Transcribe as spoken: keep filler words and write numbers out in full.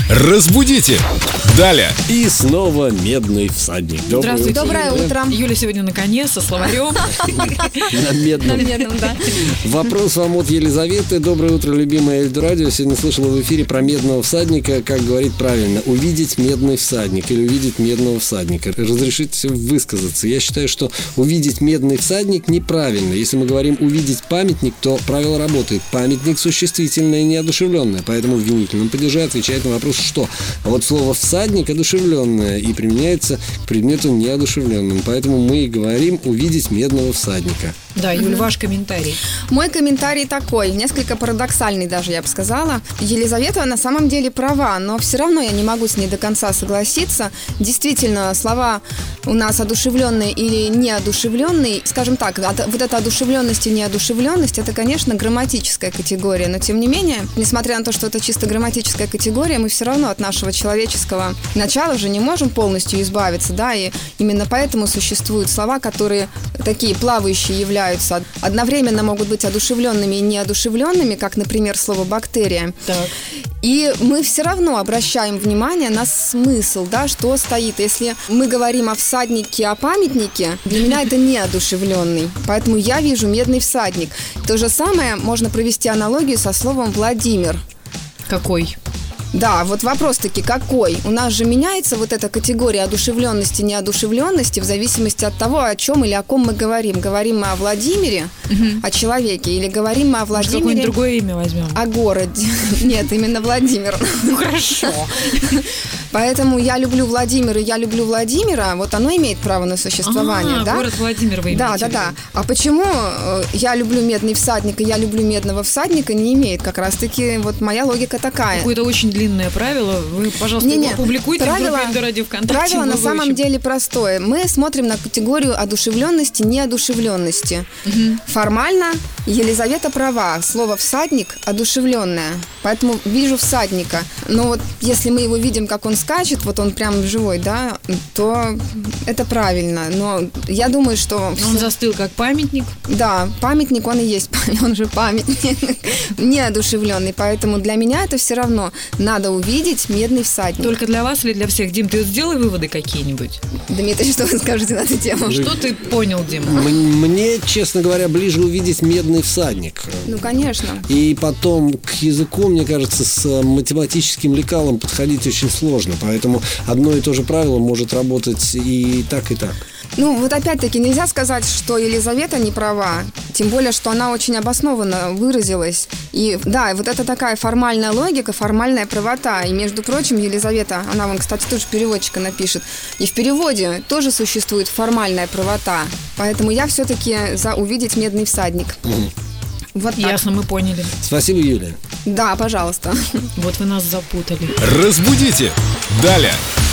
Разбудите! Далее! И снова медный всадник. Доброе Здравствуйте. утро. Доброе утро. Юля сегодня наконец со словарем. На медном. На медном, да. Вопрос вам от Елизаветы. Доброе утро, любимая Эльдорадио. Сегодня слышала в эфире про медного всадника. Как говорить правильно? Увидеть медный всадник или увидеть медного всадника. Разрешите высказаться. Я считаю, что увидеть медный всадник неправильно. Если мы говорим увидеть памятник, то правило работает. Памятник существительное и неодушевленное. Поэтому в винительном падеже отвечает на вопрос «что?». А вот слово «всадник» одушевленное и применяется к предмету неодушевленному. Поэтому мы и говорим увидеть медного всадника. Да, Юль, ваш комментарий. Мой комментарий такой, несколько парадоксальный даже, я бы сказала. Елизавета на самом деле права, но все равно я не могу с ней до конца согласиться. Действительно, слова у нас одушевленные или неодушевленные, скажем так, вот эта одушевленность и неодушевленность, это, конечно, грамматическая категория, но тем не менее, несмотря на то, что это чисто грамматическая категория, мы все равно от нашего человеческого начала же не можем полностью избавиться, да, и именно поэтому существуют слова, которые такие плавающие являются. Одновременно могут быть одушевленными и неодушевленными, как, например, слово «бактерия». Так. И мы все равно обращаем внимание на смысл, да, что стоит. Если мы говорим о всаднике, о памятнике, для меня это неодушевленный. Поэтому я вижу медный всадник. То же самое можно провести аналогию со словом «Владимир». Какой? Да, вот вопрос-таки какой? У нас же меняется вот эта категория одушевленности, неодушевленности в зависимости от того, о чем или о ком мы говорим. Говорим мы о Владимире, угу. о человеке, или говорим мы о Владимире... Может, какое-нибудь другое имя возьмем? О городе. Нет, именно Владимир. Ну, хорошо. Поэтому я люблю Владимир, и я люблю Владимира, вот оно имеет право на существование, а, да? город Владимир вы имеете Да, да, да. А почему я люблю медный всадник, и я люблю медного всадника, не имеет как раз-таки, вот моя логика такая. Какое-то очень длинное правило. Вы, пожалуйста, не, не. его публикуйте правило, в группе Эльдорадио ВКонтакте. Правило на самом выучим. деле простое. Мы смотрим на категорию одушевленности, неодушевленности. Угу. Формально Елизавета права. Слово «всадник» одушевленное. Поэтому вижу всадника. Но вот если мы его видим, как он скачет, вот он прям живой, да, то это правильно. Но я думаю, что... Он застыл как памятник. Да, памятник, он и есть, он же памятник, неодушевленный. Поэтому для меня это все равно надо увидеть медный всадник. Только для вас или для всех? Дим, ты сделай выводы какие-нибудь? Дмитрий, что вы скажете на эту тему? Что ты понял, Дим? Мне, честно говоря, ближе увидеть медный всадник. Ну, конечно. И потом к языку, мне кажется, с математическим лекалом подходить очень сложно. Поэтому одно и то же правило может работать и так, и так. Ну, вот опять-таки нельзя сказать, что Елизавета не права, тем более, что она очень обоснованно выразилась. И да, вот это такая формальная логика, формальная правота. И, между прочим, Елизавета, она вон, кстати, тоже переводчика напишет, и в переводе тоже существует формальная правота. Поэтому я все-таки за увидеть медный всадник. Угу. Вот так. Ясно, мы поняли. Спасибо, Юля. Да, пожалуйста. Вот вы нас запутали. Разбудите! Далее!